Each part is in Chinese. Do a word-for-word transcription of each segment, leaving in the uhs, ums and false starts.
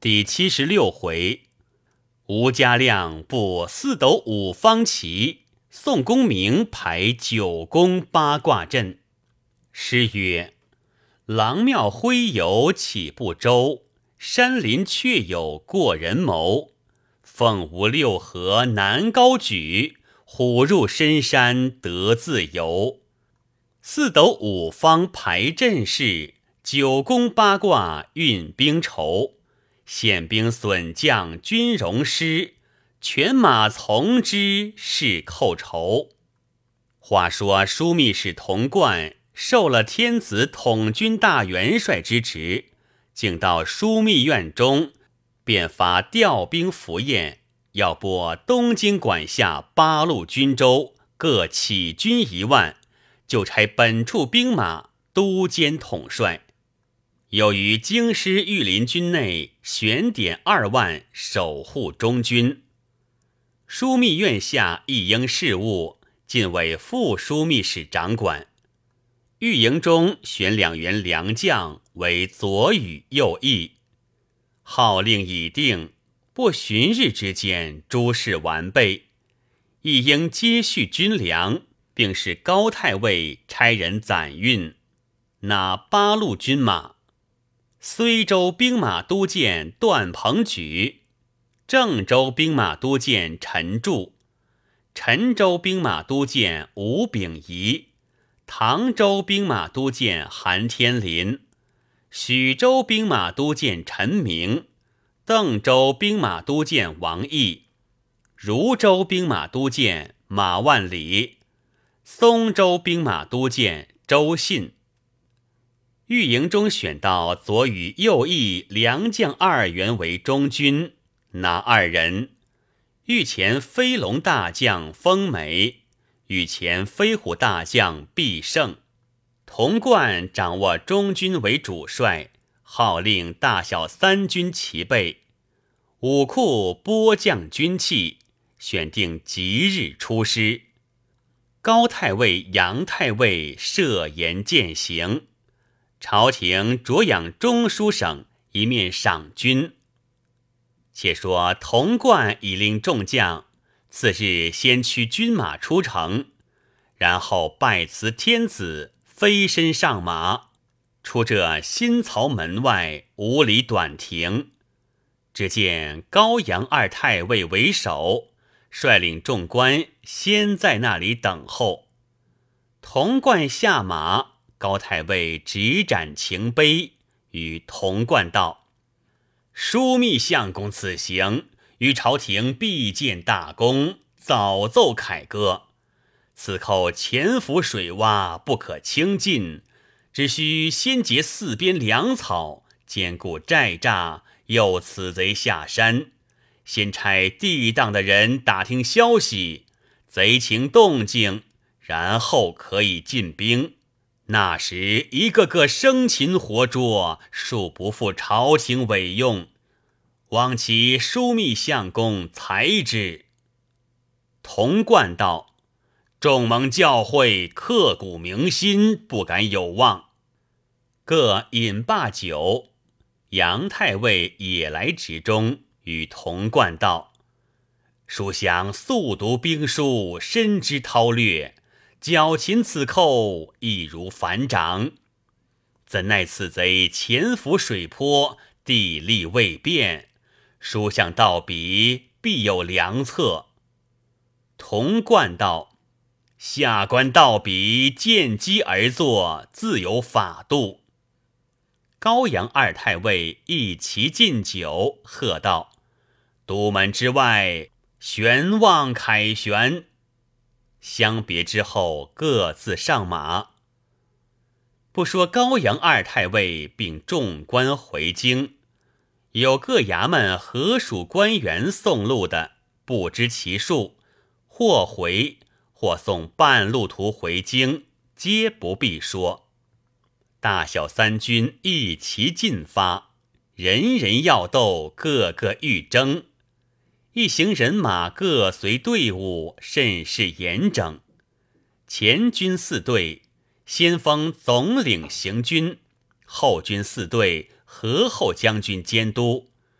第七十六回，吴家亮布四斗五方旗，宋公明排九宫八卦阵。诗曰：郎庙徽游岂不周，山林确有过人谋。凤无六合难高举，虎入深山得自由。四斗五方排阵势，九宫八卦运兵筹。险兵损将军容失，犬马从之是寇仇。话说枢密使童贯受了天子统军大元帅之职，竟到枢密院中，便发调兵符验，要拨东京管辖八路军州各起军一万，就差本处兵马都监统帅。又于京师御林军内选点二万守护中军。枢密院下一应事务尽委副枢密使掌管。御营中选两员良将为左羽右翼。号令已定，不旬日之间诸事完备，一应接续军粮，并使高太尉差人攒运。那八路军马，睢州兵马都监段鹏举，郑州兵马都监陈柱，陈州兵马都监吴秉仪，唐州兵马都监韩天林，许州兵马都监陈明，邓州兵马都监王毅，汝州兵马都监马万里，松州兵马都监周信。御营中选到左羽右翼良将二员为中军，哪二人？御前飞龙大将封美，御前飞虎大将毕胜。童贯掌握中军为主帅，号令大小三军齐备。武库拨将军器，选定吉日出师。高太尉、杨太尉设言践行。朝廷着养中书省，一面赏军。且说童贯已令众将次日先驱军马出城，然后拜辞天子，飞身上马，出这新曹门外五里短亭。只见高阳二太尉为首，率领众官先在那里等候。童贯下马，高太尉执盏擎杯，与童贯道：枢密相公此行，于朝廷必见大功，早奏凯歌。此寇潜伏水洼，不可轻进，只需先截四边粮草，坚固寨栅，诱此贼下山。先差地当的人打听消息，贼情动静，然后可以进兵。那时一个个生擒活捉，恕不负朝廷委用，望其枢密相公裁之。童贯道：众蒙教诲，刻骨铭心，不敢有忘。各饮罢酒，杨太尉也来执中，与童贯道：属想速读兵书，深知韬略，剿擒此寇，易如反掌。怎奈此贼潜伏水泊，地利未变，书相到彼，必有良策。童贯道：下官到彼，见机而作，自有法度。高阳二太尉一齐进酒，喝道：都门之外，悬望凯旋。相别之后，各自上马。不说高阳二太尉并众官回京，有各衙门合属官员送路的，不知其数，或回或送半路途回京，皆不必说。大小三军一齐进发，人人要斗，个个欲争。一行人马各随队伍，甚是严整。前军四队，先锋总领行军，后军四队，何后将军监督，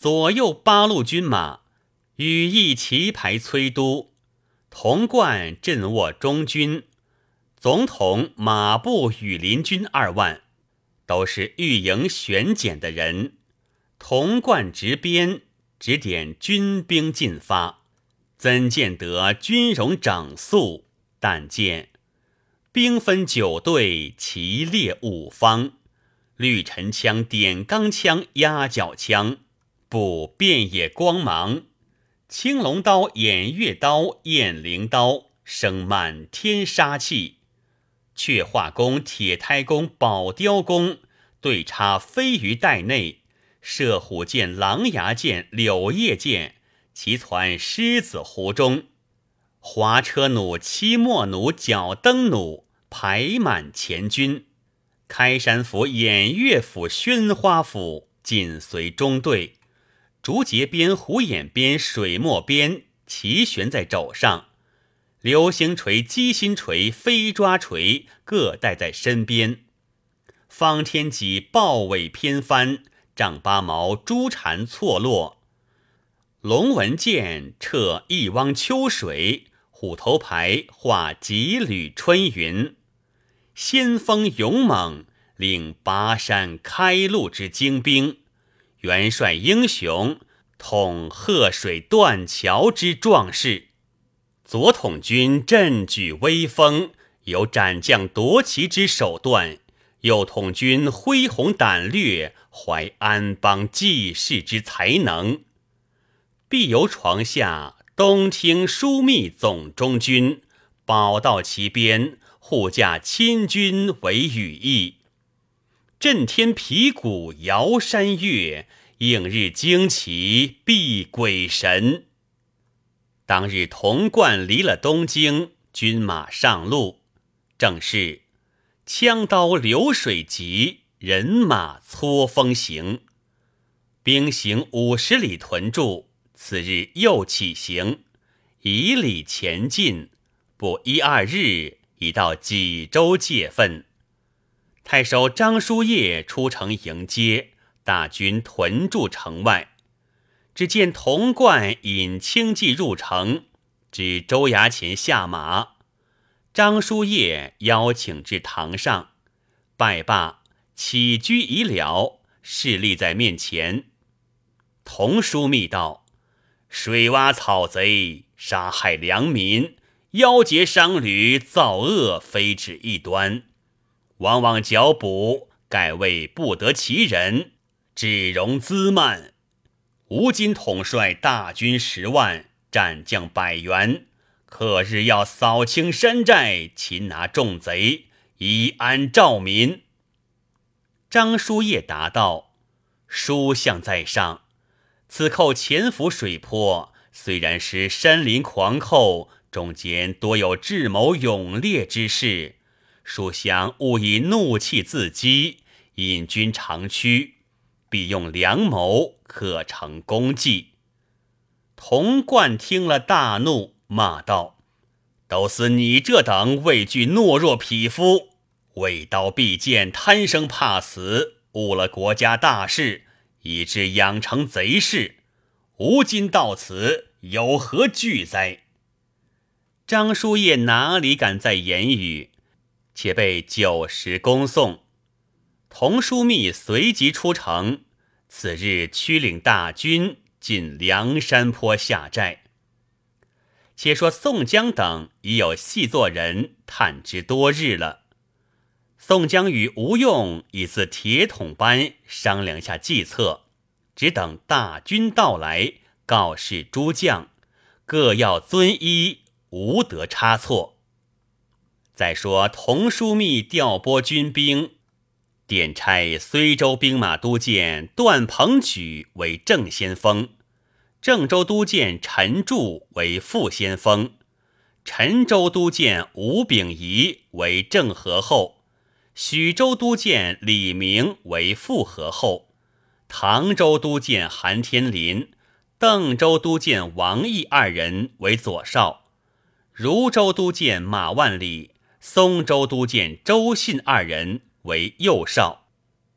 左右八路军马羽翼齐排催都，童贯镇握中军，总统马步羽林军二万，都是御营选拣的人。童贯执鞭，指点军兵进发，怎见得军容整肃？但见兵分九队，齐列五方，绿陈枪、点钢枪、压角枪，布遍野光芒，青龙刀、偃月刀、雁翎刀，生满天杀气。却化弓、铁胎弓、宝雕弓，对插飞鱼袋内，射虎箭、狼牙箭、柳叶箭，齐攒狮子湖中。滑车弩、漆墨弩、脚蹬弩，排满前军。开山斧、偃月斧、宣花斧，紧随中队。竹节鞭、虎眼鞭、水墨鞭，齐悬在肘上。流星锤、鸡心锤、飞抓锤，各带在身边。方天戟豹尾偏翻，丈八矛珠蝉错落。龙纹剑掣一汪秋水，虎头牌画几缕春云。先锋勇猛，领巴山开路之精兵；元帅英雄，统河水断桥之壮士。左统军振举威风，有斩将夺旗之手段；右统军恢宏胆略，怀安邦济世之才能。必由床下东听枢密总中军，宝到其边，护驾亲军为羽翼。震天皮鼓摇山岳，映日旌旗避鬼神。当日童贯离了东京，军马上路，正是枪刀流水急，人马搓风行。兵行五十里屯驻，次日又起行，以里前进，不一二日，已到济州界分。太守张叔夜出城迎接，大军屯驻城外。只见童贯引轻骑入城，至州衙前下马。张叔夜邀请至堂上，拜罢，起居已了，侍立在面前。童枢密道：水洼草贼，杀害良民，腰截商旅，造恶非止一端，往往剿捕，盖为不得其人，只容滋慢。吴今统帅大军十万，战将百员，克日要扫清山寨，擒拿众贼，以安兆民。张叔夜答道：书相在上，此寇潜伏水泊，虽然是山林狂寇，中间多有智谋勇烈之士，书相勿以怒气自激，引军长驱，必用良谋，可成功绩。童贯听了大怒，骂道：都似你这等畏惧懦弱匹夫，为刀必剑，贪生怕死，误了国家大事，以致养成贼事。吾今到此，有何惧哉？张叔夜哪里敢再言语，且被酒食恭送。童枢密随即出城，次日驱领大军进梁山坡下寨。且说宋江等已有细作人探知多日了。宋江与吴用已自铁桶般商量下计策，只等大军到来，告示诸将，各要遵依，无得差错。再说童枢密调拨军兵，点差随州兵马都监段鹏举为正先锋，郑州都监陈柱为副先锋，陈州都监吴秉仪为正合后，许州都监李明为副合后，唐州都监韩天林、邓州都监王毅二人为左少，汝州都监马万里、松州都监周信二人为右少。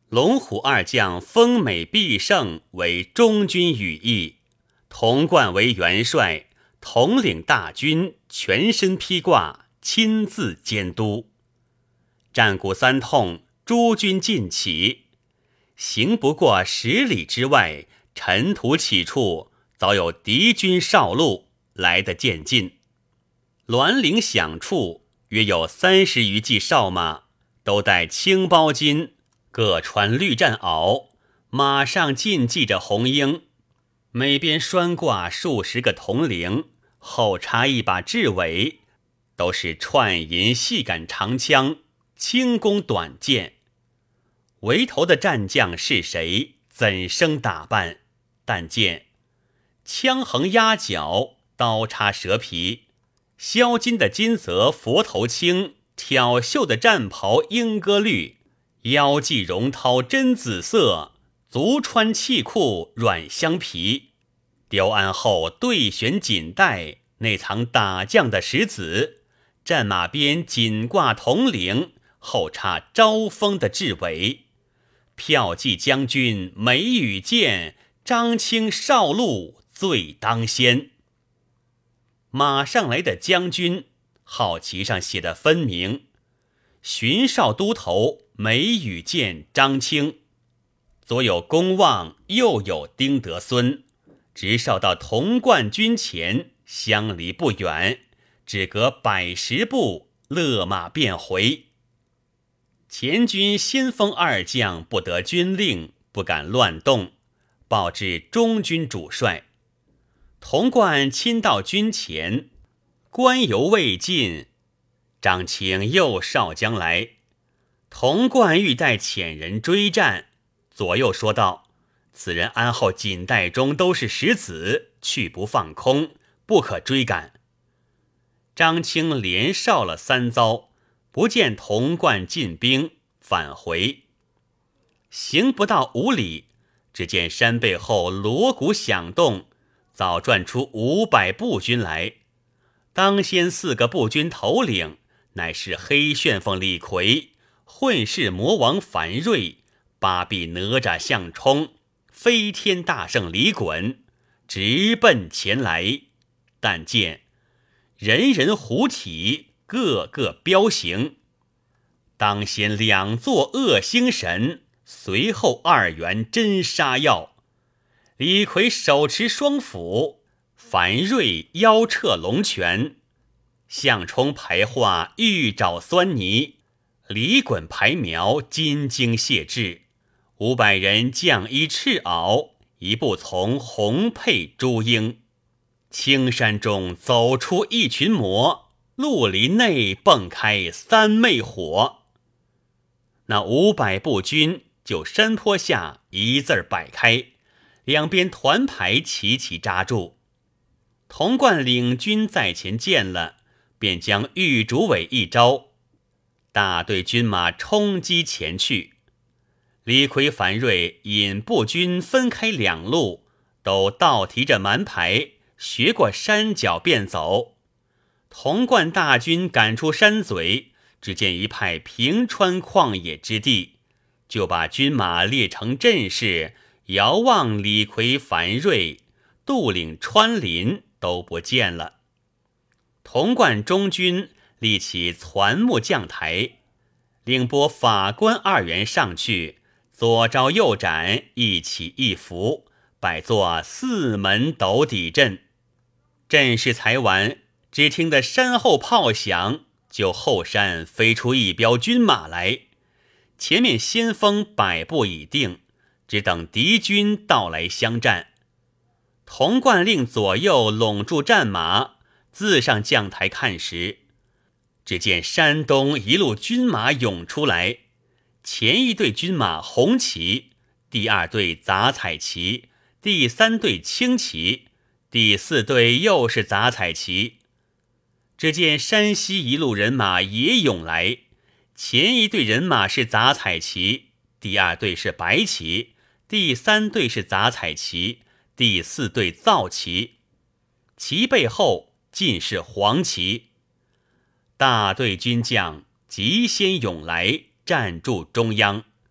龙虎二将丰美必胜为中军羽翼，童贯为元帅，统领大军，全身披挂，亲自监督。战鼓三通，诸军尽起，行不过十里之外，尘土起处，早有敌军哨路来得渐近。栾铃响处，约有三十余骑哨马，都戴青包巾，各穿绿战袄，马上尽系着红缨，每边拴挂数十个铜铃，后插一把雉尾，都是串银细杆长枪，轻弓短箭。围头的战将是谁？怎生打扮？但见枪横压角，刀插蛇皮，削金的金泽佛头青，挑绣的战袍莺歌绿，腰系绒绦真紫色，足穿气裤软香皮，雕鞍后对旋锦带，内藏打将的石子，战马边紧挂铜铃，后插招风的雉尾。骠骑将军眉宇健，张清少路最当先。马上来的将军号旗上写的分明，巡哨都头眉宇健张清，左有公望，右有丁德孙，直哨到童贯军前，相离不远，只隔百十步，勒马便回。前军先锋二将不得军令，不敢乱动，报至中军主帅。童贯亲到军前，官犹未尽，张清又哨将来。童贯欲待遣人追战，左右说道：此人鞍后锦带中都是石子，去不放空，不可追赶。张清连哨了三遭，不见童贯进兵，返回。行不到五里，只见山背后锣鼓响动，早转出五百步军来。当先四个步军头领，乃是黑旋风李逵、混世魔王樊瑞、八臂哪吒项冲、飞天大圣李衮，直奔前来。但见人人虎体，个个彪形。当先两座恶星神，随后二员真杀药。李逵手持双斧，樊瑞腰掣龙泉，项冲排画玉爪酸泥，李衮排描金睛谢质。五百人将衣赤袄，一步从红佩朱缨。青山中走出一群魔，绿林内迸开三昧火。那五百步军就山坡下一字儿摆开，两边团排齐齐扎住。童贯领军在前见了，便将玉竹尾一招，大队军马冲击前去。李逵、樊瑞引步军分开两路，都倒提着蛮牌，学过山脚便走。童贯大军赶出山嘴，只见一派平川旷野之地，就把军马列成阵势，遥望李逵、樊瑞，渡岭穿林都不见了。童贯中军立起攒木将台，令拨法官二员上去，左招右斩，一起一伏，摆作四门斗底阵。阵势才完，只听得山后炮响，就后山飞出一彪军马来。前面先锋摆布已定，只等敌军到来相战。童贯令左右拢住战马，自上将台看时，只见山东一路军马涌出来，前一队军马红旗，第二队杂彩旗，第三队青旗，第四队又是杂彩旗。只见山西一路人马也涌来，前一队人马是杂彩旗，第二队是白旗，第三队是杂彩旗，第四队皂旗，旗背后尽是黄旗。大队军将急先涌来，站住中央。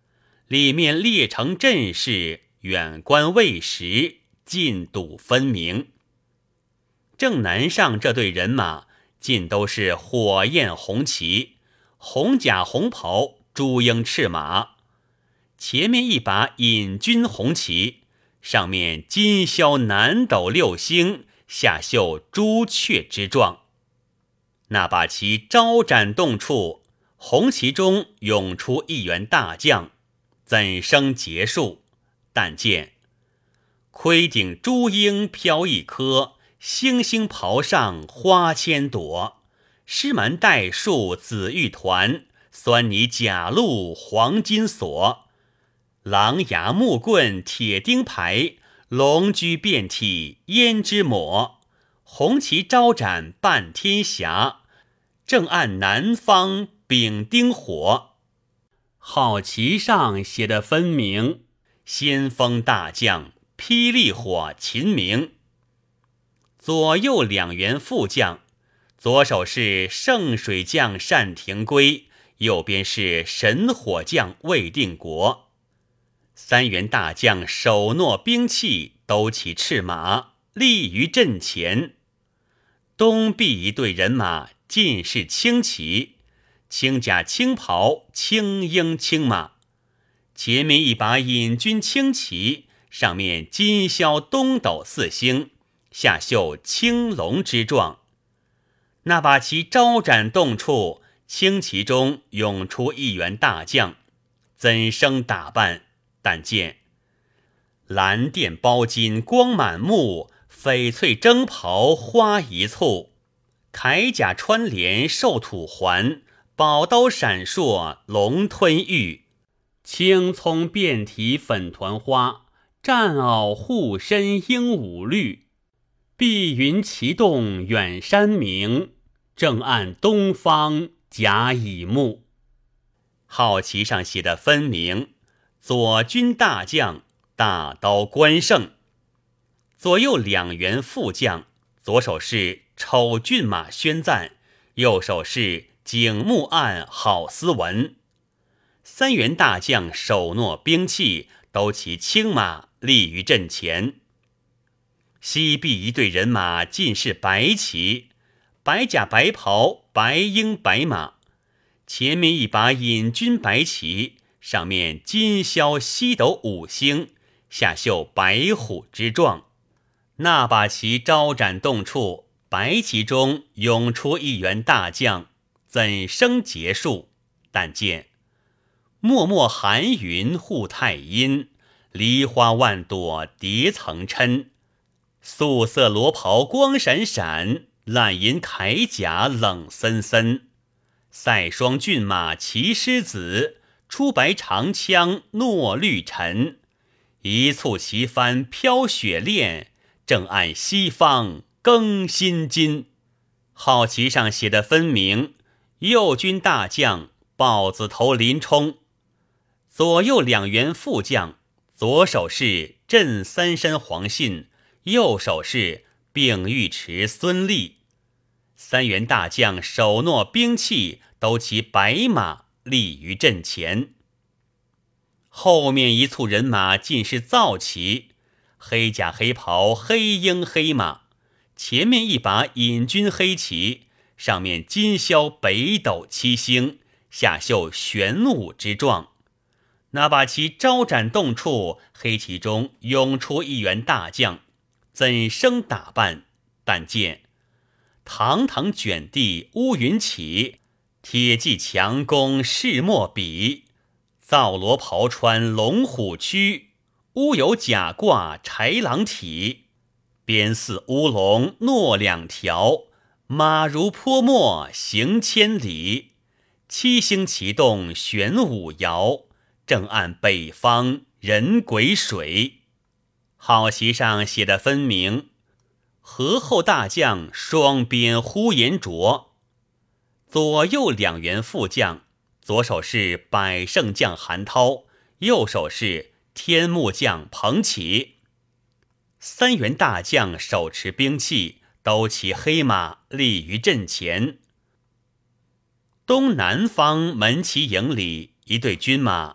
里面列成阵势，远观未实，进睹分明。正南上这队人马尽都是火焰红旗，红甲红袍，朱缨赤马。前面一把引军红旗，上面金霄南斗六星，下绣朱雀之状。那把旗招展动处，红旗中涌出一员大将，怎生结束？但见盔顶朱缨飘一颗，星星袍上花千朵，狮蛮带树紫玉团，酸泥甲鹿黄金锁，狼牙木棍铁钉牌，龙驹遍体胭脂抹。红旗招展半天霞，正按南方丙丁火。好旗上写的分明，先锋大将霹雳火秦明。左右两员副将，左手是圣水将单廷圭，右边是神火将魏定国。三员大将手握兵器，兜起赤马，立于阵前。东壁一队人马尽是青旗，青甲青袍，青缨青马。前面一把引军青旗，上面金霄东斗四星，下绣青龙之状。那把旗招展动处，青旗中涌出一员大将，怎生打扮？但见蓝靛包金光满目，翡翠征袍花一簇，铠甲穿连兽土环，宝刀闪烁龙吞玉，青葱遍体粉团花，战袄护身鹦鹉绿。碧云齐动远山明，正按东方甲乙木。号旗上写的分明，左军大将大刀关胜。左右两员副将，左手是丑骏马宣赞，右手是景木案郝思文。三员大将手握兵器，兜骑青马，立于阵前。西壁一队人马尽是白旗，白甲白袍，白鹰白马。前面一把引军白旗，上面金霄西斗五星，下绣白虎之状。那把旗招展动处，白旗中涌出一员大将，怎生结束？但见脉脉寒云护太阴，梨花万朵叠层琛。素色罗袍光闪闪，烂银铠甲冷森森。赛双骏马骑狮子，出白长枪诺绿尘。一簇旗帆飘雪链，正按西方更新金。号旗上写的分明，右军大将豹子头林冲。左右两员副将，左手是镇三山黄信，右手是并尉迟孙立。三员大将手握兵器，都骑白马，立于阵前。后面一簇人马尽是皂旗，黑甲黑袍，黑鹰黑马。前面一把引军黑旗，上面金霄北斗七星，下绣玄武之状。那把旗招展动处，黑旗中涌出一员大将，怎生打扮？但见堂堂卷地乌云起，铁骑强弓势莫比。皂罗袍穿龙虎躯，乌有甲挂豺狼体。鞭似乌龙诺两条，马如泼墨行千里。七星齐动玄武摇，正按北方人鬼水。号旗上写的分明，河后大将双鞭呼延灼。左右两员副将，左手是百胜将韩涛，右手是天目将彭起。三员大将手持兵器，都骑黑马，立于阵前。东南方门旗营里，一队军马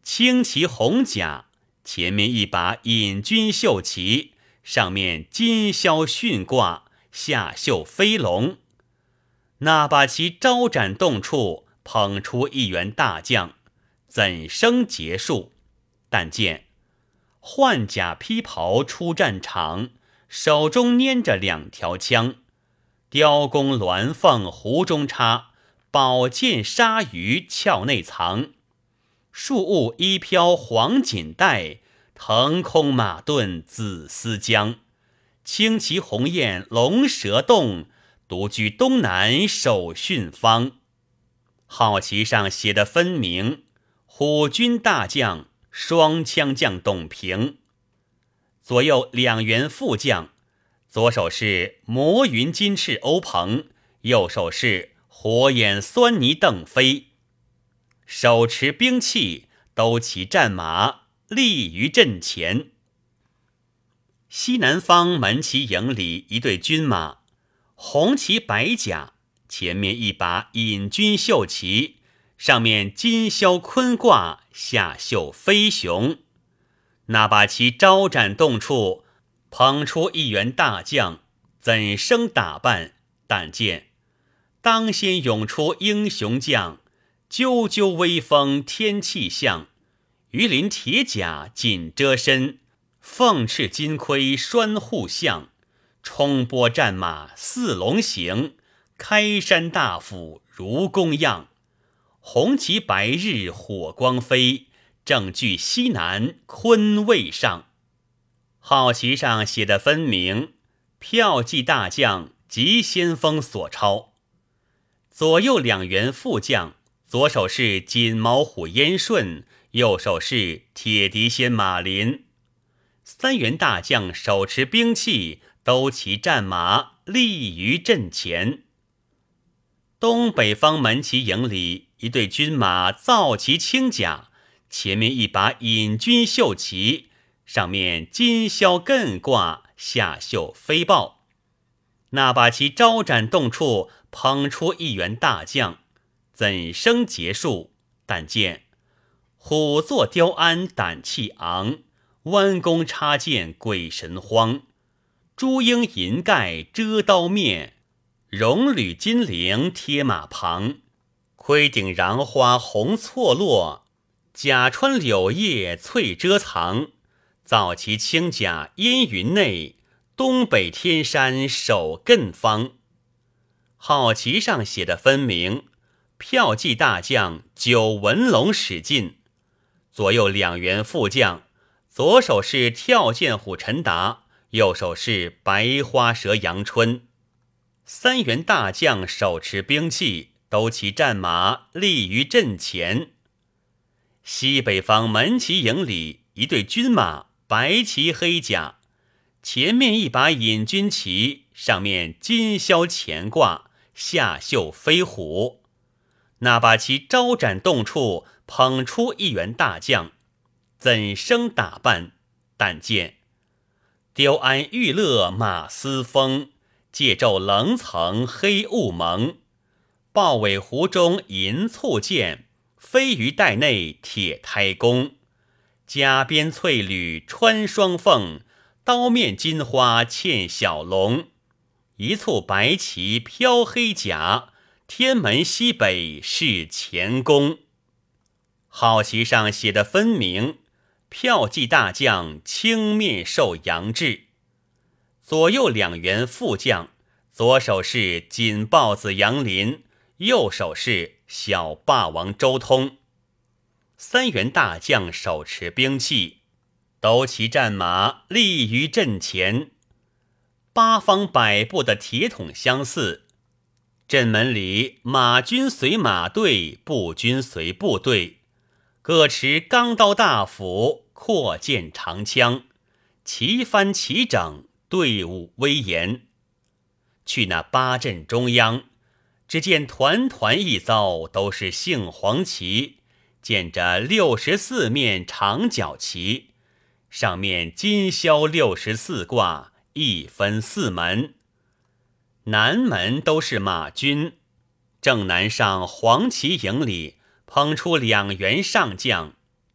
青旗红甲，前面一把引军绣旗，上面金霄巽挂，下绣飞龙。那把旗招展动处，捧出一员大将，怎生结束？但见换甲披袍出战场，手中拈着两条枪，雕弓鸾凤壶中插，宝剑鲨鱼鞘内藏。树雾衣飘黄锦带，腾空马遁紫丝将。青旗红焰龙蛇动，独居东南守巽方。号旗上写的分明，虎军大将双枪将董平。左右两员副将，左手是魔云金翅欧鹏，右手是火眼狻猊邓飞。手持兵器，都骑战马，立于阵前。西南方门旗营里一队军马，红旗白甲，前面一把引军绣旗，上面金霄坤挂，下绣飞熊。那把旗招展动处，捧出一员大将，怎生打扮？但见当先涌出英雄将，赳赳威风天气象。鱼鳞铁甲紧遮身，凤翅金盔拴护项。冲波战马似龙行，开山大斧如弓样。红旗白日火光飞，正据西南坤位上。号旗上写的分明，骠骑大将急先锋所超。左右两员副将，左手是锦毛虎燕顺，右手是铁笛仙马林。三员大将手持兵器，都骑战马，立于阵前。东北方门旗营里一队军马造旗轻甲，前面一把引军绣旗，上面金霄艮挂，下绣飞豹。那把旗招展动处，捧出一员大将，怎生结束？但见虎坐雕鞍胆气昂，弯弓插箭鬼神慌。朱缨银盖遮刀面，绒履金翎贴马旁。盔顶瓤花红错落，甲穿柳叶翠遮藏。造旗轻甲烟云内，东北天山守艮方。号旗上写的分明，骠骑大将九纹龙史进。左右两员副将，左手是跳涧虎陈达，右手是白花蛇杨春。三员大将手持兵器，都骑战马，立于阵前。西北方门旗营里一队军马，白旗黑甲，前面一把引军旗，上面金霄前挂，下绣飞虎。那把旗招展动处，捧出一员大将，怎生打扮？但见雕鞍玉勒马嘶风，借骤棱层黑雾蒙。豹尾湖中银簇箭，飞鱼袋内铁胎弓。甲边翠缕穿双凤，刀面金花嵌小龙。一簇白旗飘黑甲，天门西北是前宫。号旗上写的分明，骠骑大将青面兽杨志。左右两员副将，左手是锦豹子杨林，右手是小霸王周通。三员大将手持兵器，都骑战马，立于阵前。八方百步的铁桶相似，阵门里马军随马队，步军随部队，各持钢刀大斧，阔剑长枪，旗帆齐整，队伍威严。去那八阵中央，只见团团一遭，都是杏黄旗，见着六十四面长角旗，上面金霄六十四挂，一分四门。南门都是马军，正南上黄旗营里捧出两员上将，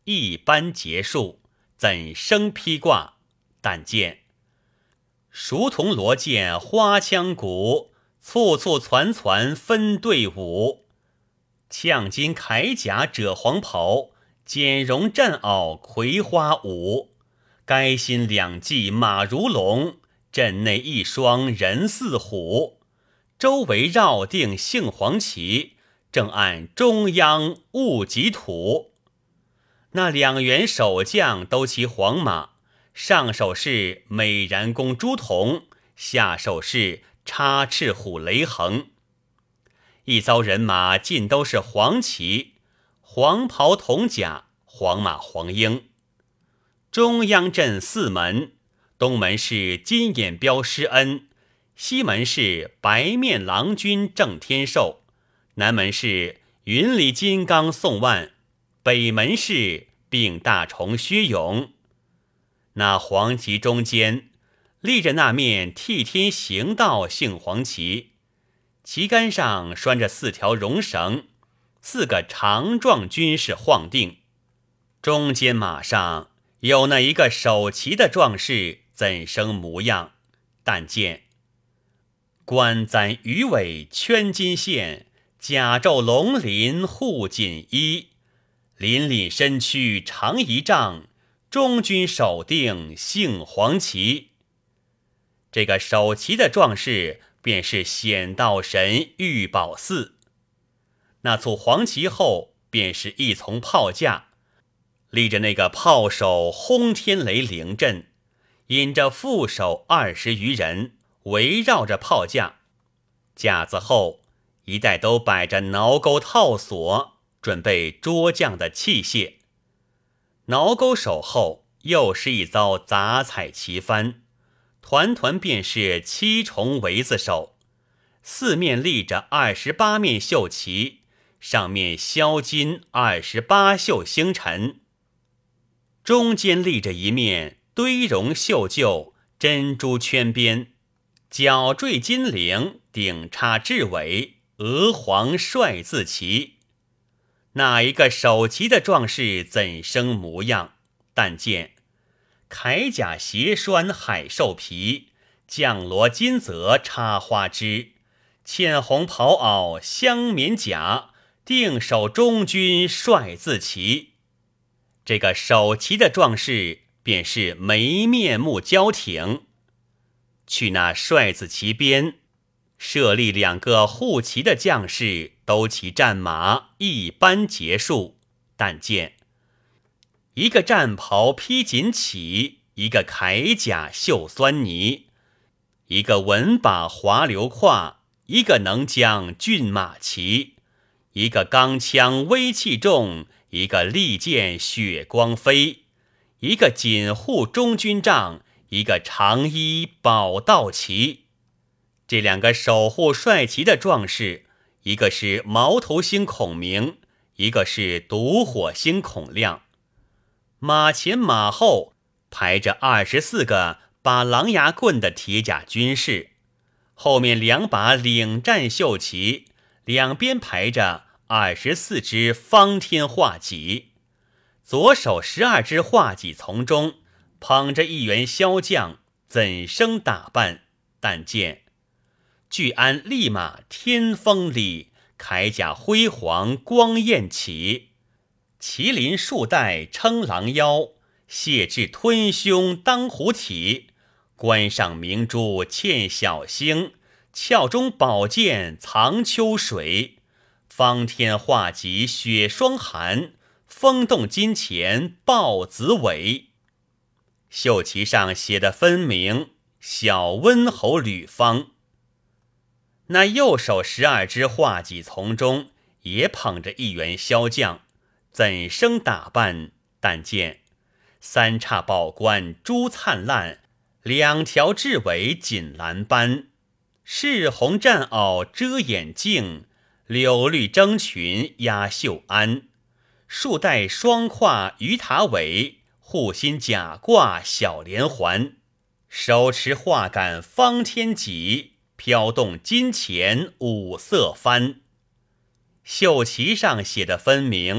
一般结束，怎生披挂？但见熟铜罗剑花枪鼓，簇簇攒攒分队伍。呛金铠甲遮黄袍，剪绒战袄葵花舞。该心两骑马如龙，阵内一双人似虎。周围绕定杏黄旗，正按中央戊己土。那两员守将都骑黄马，上手是美髯公朱仝，下手是插翅虎雷横。一遭人马尽都是黄旗，黄袍铜甲，黄马黄缨。中央阵四门，东门是金眼彪施恩，西门是白面郎君郑天寿，南门是云里金刚宋万，北门是并大虫薛勇。那黄旗中间立着那面替天行道杏黄旗，旗杆上拴着四条绒绳，四个长壮军士晃定。中间马上有那一个守旗的壮士，怎生模样？但见冠簪鱼尾圈金线，甲胄龙鳞护锦衣。凛凛身躯长一丈，中军手定杏黄旗。这个守旗的壮士便是显道神玉宝寺。那簇黄旗后便是一丛炮架，立着那个炮手轰天雷灵阵，引着副手二十余人围绕着炮架。架子后一带都摆着挠钩套索，准备捉将的器械。挠钩手后又是一遭杂彩旗帆，团团便是七重围子手，四面立着二十八面绣旗，上面镶金二十八绣星辰。中间立着一面堆绒绣就珍珠圈边，角缀金铃，顶插雉尾，鹅黄帅字旗。哪一个守旗的壮士怎生模样？但见铠甲斜栓海兽皮，绛罗金泽插花枝，茜红袍袄香棉甲，定守中军帅字旗。这个守旗的壮士便是眉面目交挺。去那帅字旗边设立两个护旗的将士，都骑战马，一般结束。但见一个战袍披锦起，一个铠甲绣酸泥，一个稳把滑流胯，一个能将骏马骑，一个钢枪威气重，一个利剑血光飞，一个紧护中军帐，一个长衣宝道旗。这两个守护帅旗的壮士，一个是毛头星孔明，一个是独火星孔亮。马前马后排着二十四个把狼牙棍的铁甲军士，后面两把领战绣旗，两边排着二十四支方天画戟，左手十二支画戟从中捧着一员骁将，怎生打扮？但见聚安立马天风里，铠甲辉煌光焰起，麒麟束带撑狼腰，谢至吞胸当虎体，冠上明珠嵌小星，鞘中宝剑藏秋水，方天画戟雪霜寒，风动金钱豹子尾。绣旗上写的分明，小温侯吕方。那右手十二支画戟从中也捧着一员骁将，怎生打扮？但见三叉宝冠珠灿烂，两条雉尾锦蓝斑，赤红战袄遮眼镜，柳绿征裙压袖鞍，束带双挎鱼塔尾，护心甲挂小连环，手持画杆方天戟，飘动金钱五色幡。绣旗上写的分明，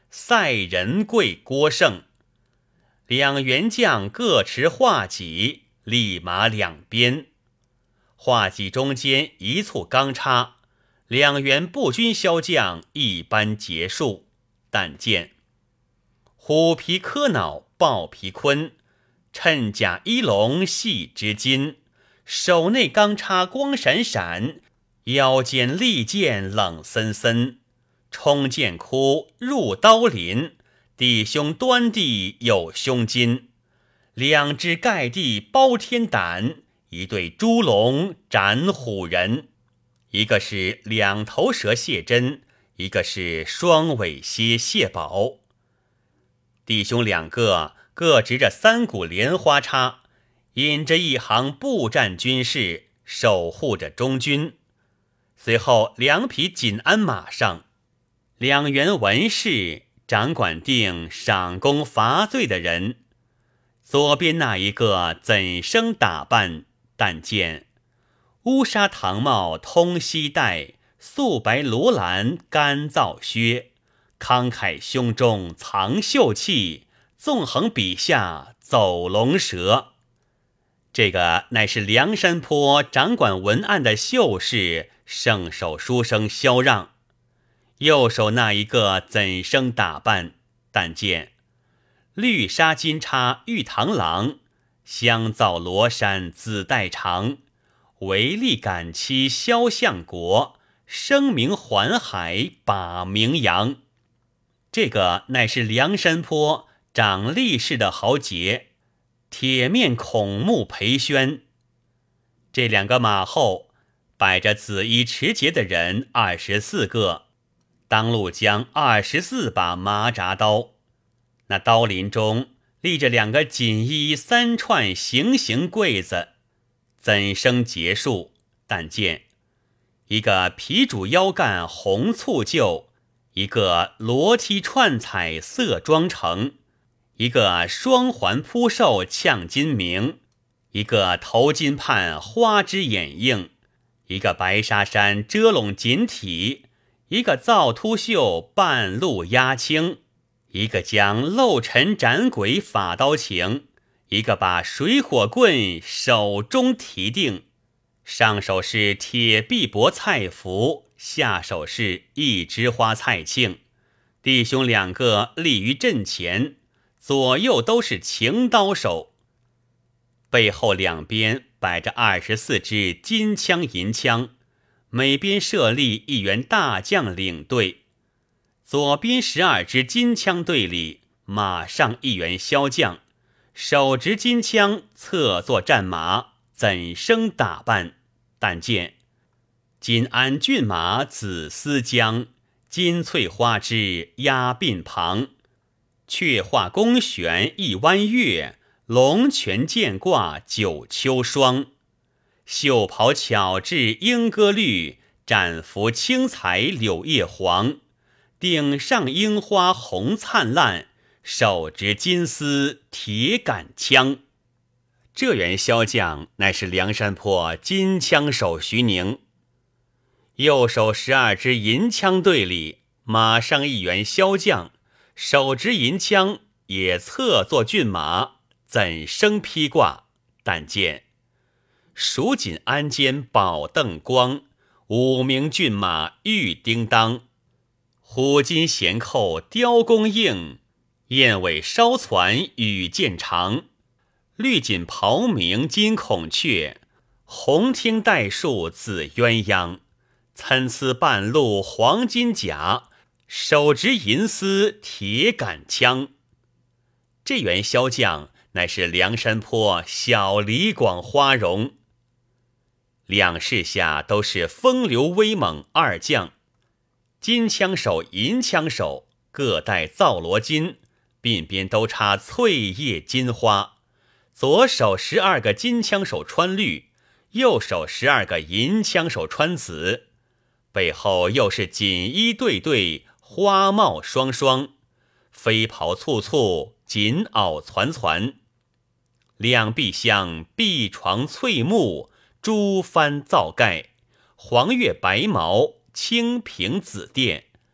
赛仁贵郭盛。两员将各持画戟，立马两边。画戟中间一簇钢叉，两员步军骁将一般结束。但见虎皮柯脑豹皮鲲，衬甲衣龙细织金，手内钢叉光闪闪，腰间利剑冷森森。冲剑窟入刀林，弟兄端地有胸襟。两只盖地包天胆，一对猪龙斩虎人。一个是两头蛇谢真，一个是双尾蝎谢宝。弟兄两个各执着三股莲花叉，引着一行步战军士，守护着中军。随后两匹锦鞍马上，两员文士掌管定赏功罚罪的人。左边那一个怎生打扮？但见乌纱唐帽通膝带，素白罗兰干燥靴，慷慨胸中藏秀气，纵横笔下走龙蛇。这个乃是梁山坡掌管文案的秀士圣手书生萧让。右手那一个怎生打扮？但见绿纱金叉玉螳螂，香皂罗衫紫带长，唯利赶期萧相国，声名环海把名扬。这个乃是梁山坡掌力士的豪杰，铁面孔目裴宣。这两个马后摆着紫衣持节的人二十四个，当路将二十四把马铡刀。那刀林中立着两个锦衣三串行刑柜子，怎生结束？但见一个皮主腰干红簇就，一个罗梯串彩色妆成，一个双环扑寿呛金明，一个头巾畔花枝掩映，一个白纱衫遮拢锦体，一个皂秃袖半路压青，一个将漏尘斩鬼法刀情，一个把水火棍手中提定，上手是铁臂膊菜符，下手是一枝花菜磬。弟兄两个立于阵前，左右都是擎刀手。背后两边摆着二十四支金枪银枪，每边设立一员大将领队。左边十二支金枪队里，马上一员骁将，手执金枪，侧坐战马，怎生打扮？但见金鞍骏马紫丝缰，金翠花枝压鬓旁，却画弓弦一弯月，龙泉剑挂九秋霜。袖袍巧制莺歌绿，展服青彩柳叶黄。顶上樱花红灿烂，手执金丝铁杆枪。这员骁将乃是梁山坡金枪手徐宁。右手十二支银枪队里，马上一员骁将，手执银枪，也侧坐骏马，怎生披挂？但见蜀锦鞍间宝镫光，五名骏马玉叮当，虎金衔扣雕弓硬，燕尾烧攒羽箭长。绿锦袍鸣金孔雀，红听带树紫鸳鸯。参差半路黄金甲，手执银丝铁杆枪。这员骁将乃是梁山坡小李广花荣。两士下都是风流威猛二将，金枪手银枪手各戴皂罗巾，鬓边都插翠叶金花。左手十二个金枪手穿绿，右手十二个银枪手穿紫，背后又是锦衣对对，花帽双双，飞袍簇簇，锦袄攒攒。两壁厢碧床翠幕，朱幡皂盖，黄月白毛，青屏紫殿。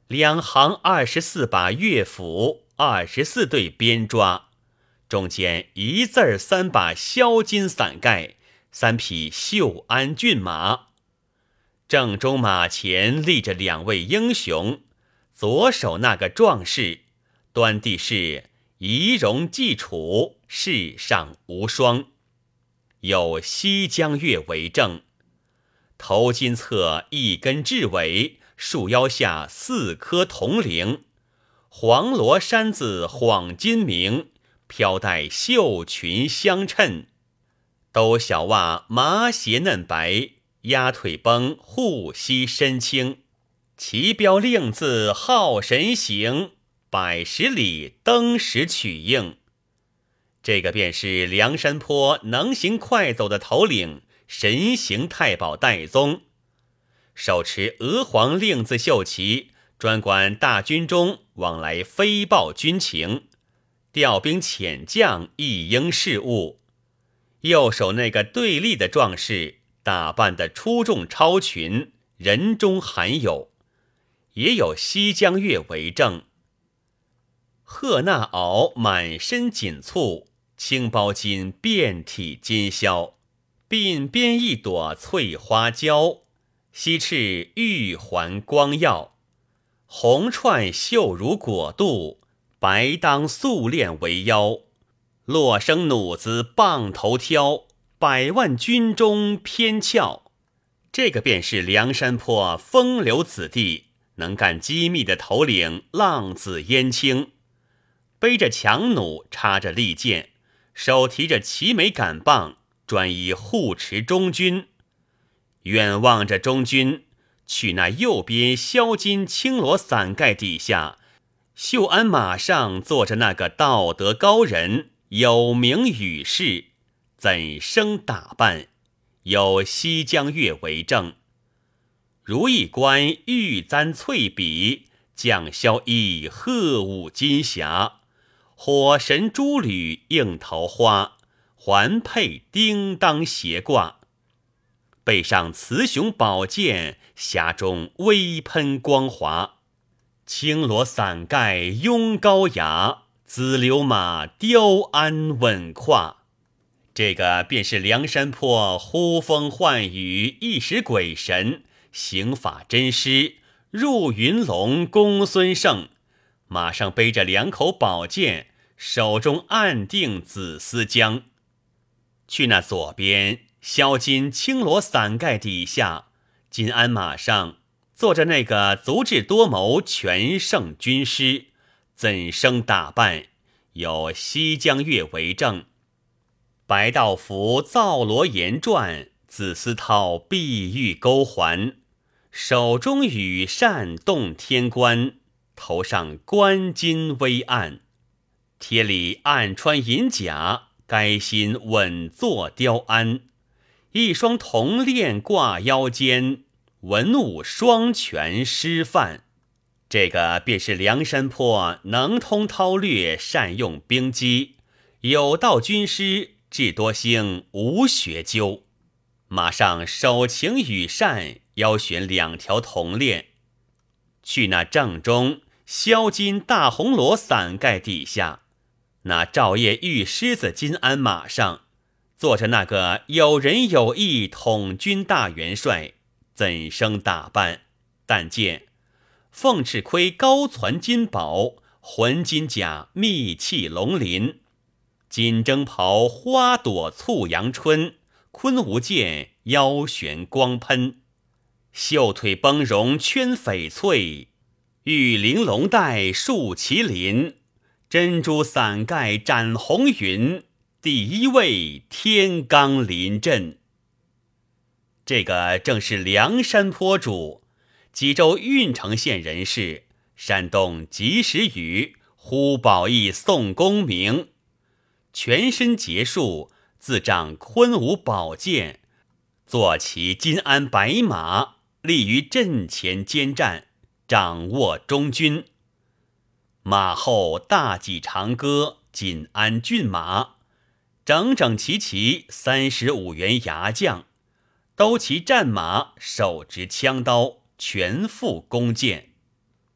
两行二十四把乐府，二十四对鞭抓，中间一字儿三把销金伞盖，三匹绣鞍骏马。正中马前立着两位英雄，左手那个壮士，端地是仪容既楚，世上无双。有西江月为证，头巾侧一根雉尾，束腰下四颗铜铃，黄罗衫子晃金明，飘带绣裙相衬，兜小袜麻鞋嫩白，鸭腿绷护膝身轻，旗标令字好神行，百十里登时取应。这个便是梁山坡能行快走的头领神行太保戴宗，手持娥皇令字绣旗，专管大军中往来飞报军情，调兵遣将一应事务。右手那个对立的壮士，打扮得出众超群，人中罕有，也有西江月为证。贺那袄满身锦簇，青包巾遍体金绡，鬓边一朵翠花娇，西翅玉环光耀，红串绣如果肚，白当素链为腰，落生弩子棒头挑，百万军中偏俏。这个便是梁山坡风流子弟，能干机密的头领浪子燕青，背着强弩，插着利剑，手提着齐眉杆棒，专一护持中军。远望着中军，去那右边销金青罗伞盖底下，绣鞍马上坐着那个道德高人，有名羽士，怎生打扮？有西江月为证。如意冠玉簪翠笔，将萧衣鹤舞金霞，火神珠履映桃花，环佩叮当斜挂。背上雌雄宝剑，匣中微喷光华，青罗伞盖拥高牙，紫流马雕鞍稳胯。这个便是梁山坡呼风唤雨一时鬼神，行法真师入云龙公孙胜，马上背着两口宝剑，手中暗定紫丝浆。去那左边销金青罗伞盖底下，金鞍马上坐着那个足智多谋全胜军师，怎生打扮？有西江月为证。白道服皂罗岩转，紫丝绦碧玉钩环，手中羽扇动天冠，头上冠巾微暗，贴里暗穿银甲，该心稳坐雕鞍，一双铜链挂腰间，文武双全师范。这个便是梁山坡能通韬略，善用兵机，有道军师，智多星无学究。马上手擎羽扇，腰悬两条铜链。去那正中销金大红罗伞盖底下，那赵叶玉狮子金鞍马上坐着那个有仁有义统军大元帅，怎生打扮？但见凤翅盔高攒金宝，浑金甲密气龙鳞，锦征袍花朵簇阳春，昆吾剑腰悬光喷，袖腿绷绒圈翡翠，玉玲珑带束麒麟，珍珠伞盖展红云，第一位天罡临阵。这个正是梁山坡主，济州郓城县人士，山东及时雨呼保义宋公明，全身结束，自掌昆吾宝剑，坐骑金鞍白马，立于阵前监战，掌握中军。马后大戟长戈，锦鞍骏马，整整齐齐三十五员牙将，都骑战马，手执枪刀，全副弓箭。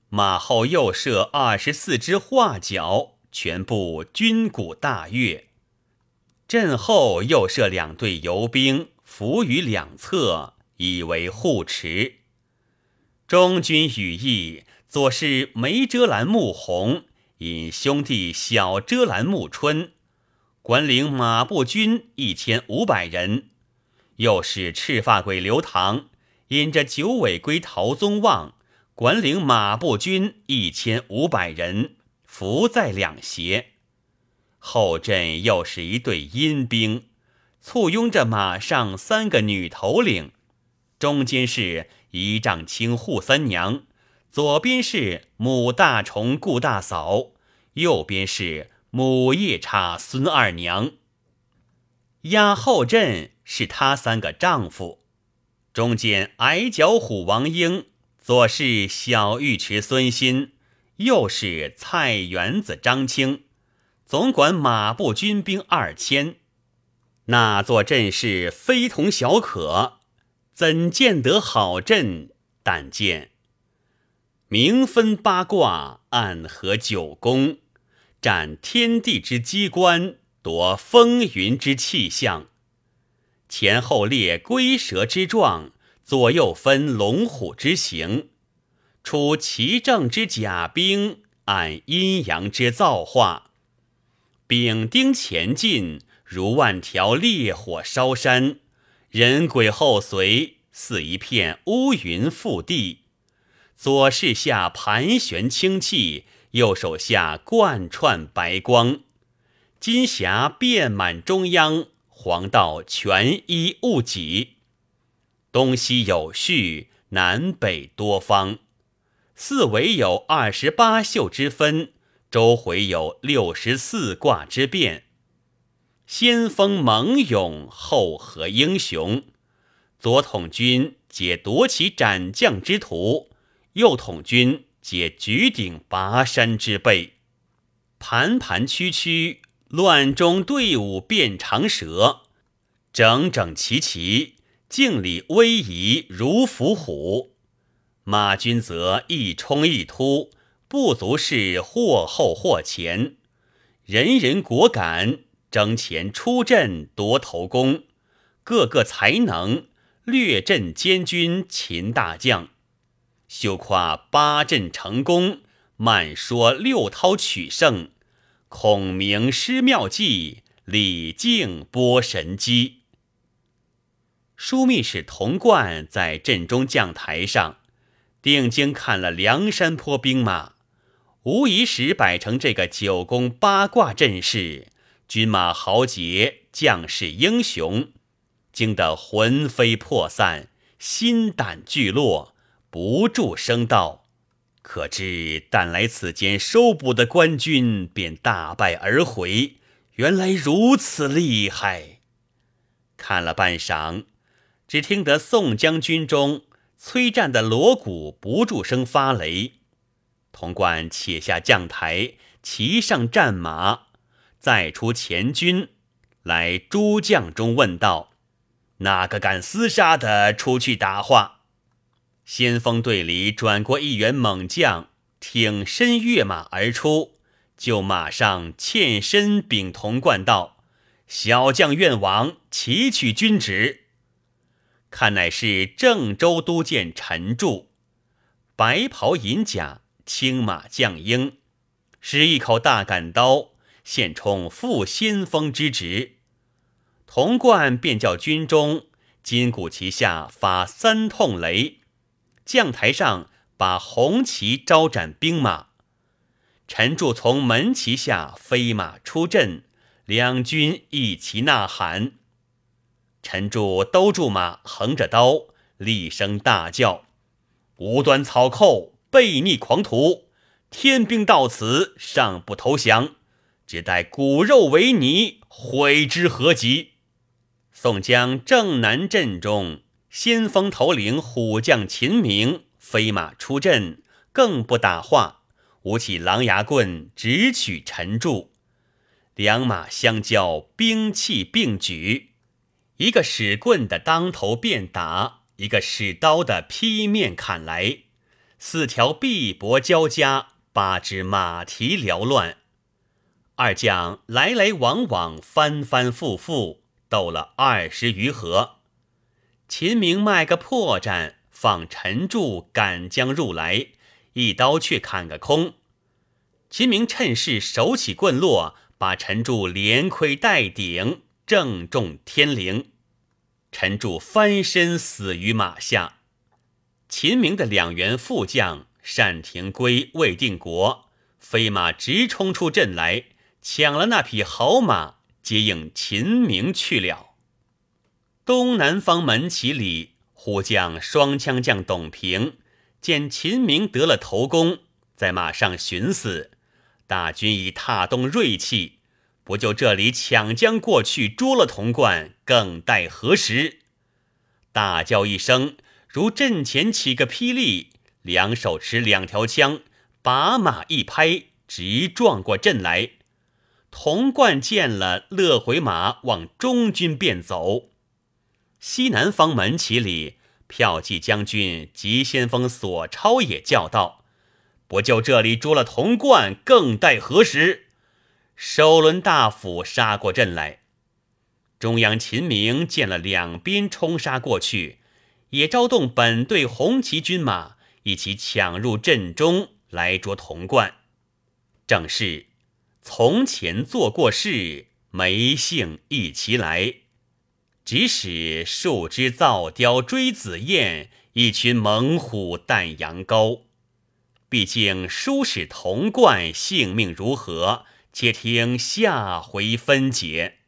马后又设二十四支画角，全部军鼓大乐。阵后又设两队游兵，伏于两侧，以为护持。中军羽翼，左是梅遮拦穆弘，引兄弟小遮拦穆春，管领马步军一千五百人；又是赤发鬼刘唐，引着九尾龟陶宗旺，管领马步军一千五百人，伏在两斜。后阵又是一队阴兵，簇拥着马上三个女头领，中间是仪仗卿扈三娘，左边是母大虫顾大嫂，右边是母夜叉孙二娘。压后阵是他三个丈夫，中间矮脚虎王英，左是小尉迟孙新，右是蔡元子张清，总管马步军兵二千。那座阵势非同小可，怎见得好阵？但见明分八卦，暗合九宫，占天地之机关，夺风云之气象。前后列龟蛇之状，左右分龙虎之形，出奇正之甲兵，按阴阳之造化。丙丁前进，如万条烈火烧山，人鬼后随，似一片乌云覆地。左视下盘旋清气，右手下贯穿白光，金霞遍满中央，黄道全依戊己。东西有序，南北多方，四围有二十八宿之分，周回有六十四卦之变。先锋猛勇，后合英雄。左统军皆夺其斩将之徒，右统军皆举鼎拔山之辈。盘盘曲曲，乱中队伍变长蛇，整整齐齐，敬礼威仪如伏虎。马军则一冲一突，不足是或后或前，人人果敢，争前出阵夺头功，个个才能，略阵监军秦大将。休夸八阵成功，慢说六韬取胜，孔明施妙计，李靖拨神机。枢密使童贯在阵中将台上定睛看了梁山坡兵马，无疑时摆成这个九宫八卦阵势，军马豪杰，将士英雄，惊得魂飞魄散，心胆俱落，不住声道：可知但来此间收捕的官军便大败而回，原来如此厉害。看了半晌，只听得宋将军中催战的锣鼓不住声发雷。童贯且下将台，骑上战马，再出前军来诸将中问道：哪个敢厮杀的出去打话？先锋队里转过一员猛将，挺身跃马而出，就马上欠身禀童贯道：小将愿往，齐取军旨。看乃是郑州都监陈柱，白袍银甲，青马将缨，使一口大杆刀，现充副先锋之职。童贯便叫军中金鼓旗下发三通雷，将台上把红旗招展兵马。陈柱从门旗下飞马出阵，两军一齐呐喊。陈柱兜住马，横着刀，厉声大叫：无端草寇，悖逆狂徒，天兵到此尚不投降，只待骨肉为泥，悔之何及！宋江正南阵中，先锋头领虎将秦明飞马出阵，更不打话，舞起狼牙棍，直取陈柱。两马相交，兵器并举，一个使棍的当头便打，一个使刀的劈面砍来。 四条臂膊交加，八支马蹄缭乱。二将来来往往，翻翻复复，斗了二十余合。秦明卖个破绽，放陈柱赶将入来，一刀却砍个空。秦明趁势手起棍落，把陈柱连盔带顶正中天灵。陈柱翻身死于马下。秦明的两员副将单廷圭、魏定国飞马直冲出阵来，抢了那匹好马，接应秦明去了。东南方门旗里，忽将双枪将董平见秦明得了头功，在马上寻思，大军已踏动锐气，不就这里抢将过去捉了童贯，更待何时？大叫一声，如阵前起个霹雳，两手持两条枪，把马一拍，直撞过阵来。童贯见了，勒回马往中军便走。西南方门旗里，骠骑将军急先锋索超也叫道：不就这里捉了童贯，更待何时？首轮大斧杀过阵来。中央秦明见了两边冲杀过去，也招动本队红旗军马一起抢入阵中来捉童贯。正是从前做过事，没幸一齐来。只使树枝造雕追紫燕，一群猛虎啖羊羔。毕竟书使童贯性命如何，且听下回分解。